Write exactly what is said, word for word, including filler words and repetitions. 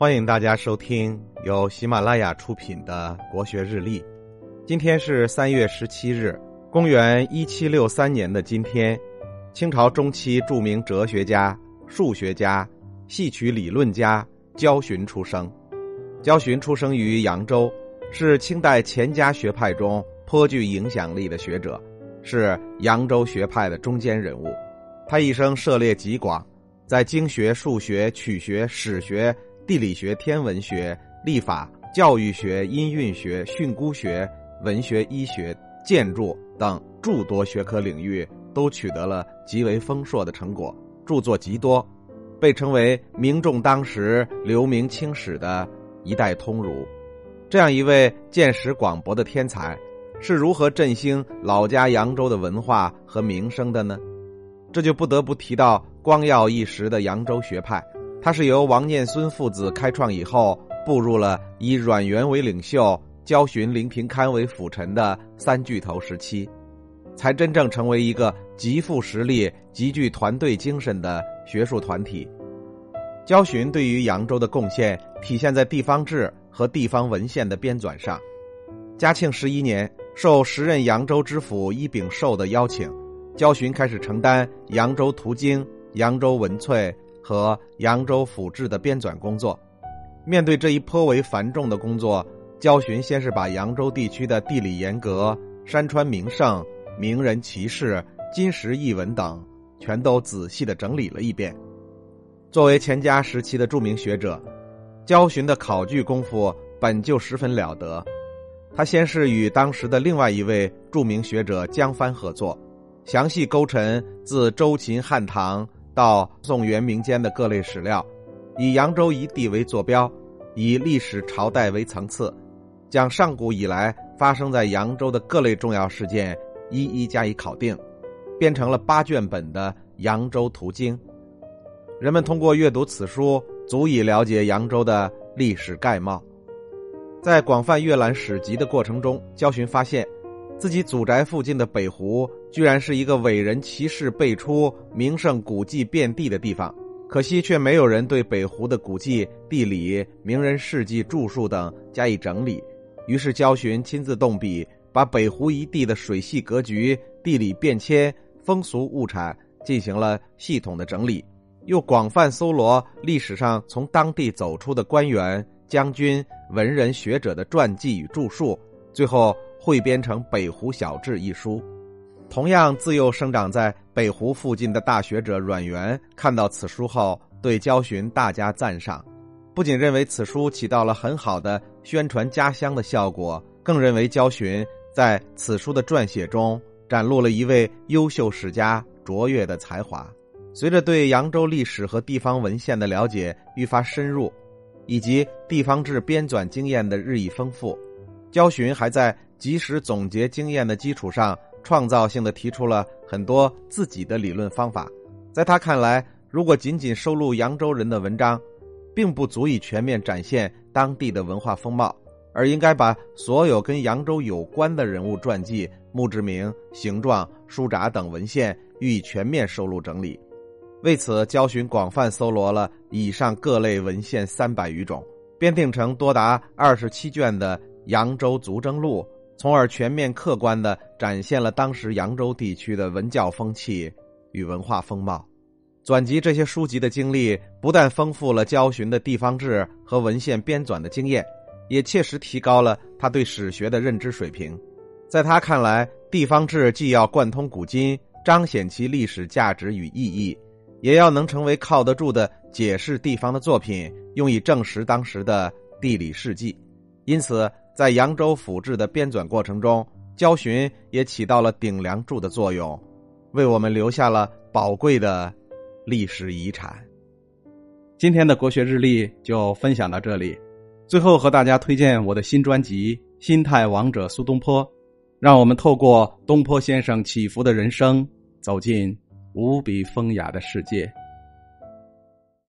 欢迎大家收听由喜马拉雅出品的国学日历。今天是三月十七日，公元一七六三年的今天，清朝中期著名哲学家、数学家、戏曲理论家焦循出生。焦循出生于扬州，是清代钱家学派中颇具影响力的学者，是扬州学派的中坚人物。他一生涉猎极广，在经学、数学、曲学、史学、地理学、天文学、历法、教育学、音韵学、训诂学、文学、医学、建筑等诸多学科领域都取得了极为丰硕的成果，著作极多，被称为名重当时、留名青史的一代通儒。这样一位见识广博的天才，是如何振兴老家扬州的文化和名声的呢？这就不得不提到光耀一时的扬州学派。它是由王念孙父子开创以后，步入了以阮元为领袖、焦循、林平堪为辅臣的三巨头时期，才真正成为一个极富实力、极具团队精神的学术团体。焦循对于扬州的贡献体现在地方志和地方文献的编纂上。嘉庆十一年，受时任扬州知府伊秉寿的邀请，焦循开始承担扬州图经、扬州文萃和扬州府志的编纂工作。面对这一颇为繁重的工作，焦循先是把扬州地区的地理沿革、山川名胜、名人奇事、金石异闻等全都仔细地整理了一遍。作为钱家时期的著名学者，焦循的考据功夫本就十分了得。他先是与当时的另外一位著名学者江帆合作，详细勾陈自周秦汉唐到宋元明间的各类史料，以扬州一地为坐标，以历史朝代为层次，将上古以来发生在扬州的各类重要事件一一加以考定，编成了八卷本的《扬州图经》。人们通过阅读此书，足以了解扬州的历史概貌。在广泛阅览史籍的过程中，焦循发现自己祖宅附近的北湖居然是一个伟人奇事辈出、名胜古迹遍地的地方，可惜却没有人对北湖的古迹、地理、名人事迹著述等加以整理。于是焦循亲自动笔，把北湖一地的水系格局、地理变迁、风俗物产进行了系统的整理，又广泛搜罗历史上从当地走出的官员、将军、文人学者的传记与著述，最后汇编成《北湖小志》一书。同样自幼生长在北湖附近的大学者阮元看到此书后，对焦循大加赞赏，不仅认为此书起到了很好的宣传家乡的效果，更认为焦循在此书的撰写中展露了一位优秀史家卓越的才华。随着对扬州历史和地方文献的了解愈发深入，以及地方志编纂经验的日益丰富，焦循还在及时总结经验的基础上，创造性地提出了很多自己的理论方法。在他看来，如果仅仅收录扬州人的文章，并不足以全面展现当地的文化风貌，而应该把所有跟扬州有关的人物传记、墓志铭、形状、书札等文献予以全面收录整理。为此，焦循广泛搜罗了以上各类文献三百余种，编订成多达二十七卷的《扬州足征录》，从而全面客观地展现了当时扬州地区的文教风气与文化风貌。纂辑这些书籍的经历，不但丰富了焦循的地方志和文献编纂的经验，也切实提高了他对史学的认知水平。在他看来，地方志既要贯通古今，彰显其历史价值与意义，也要能成为靠得住的解释地方的作品，用以证实当时的地理事迹。因此，在扬州府志的编纂过程中，焦循也起到了顶梁柱的作用，为我们留下了宝贵的历史遗产。今天的国学日历就分享到这里，最后和大家推荐我的新专辑《心态王者苏东坡》，让我们透过东坡先生起伏的人生，走进无比风雅的世界。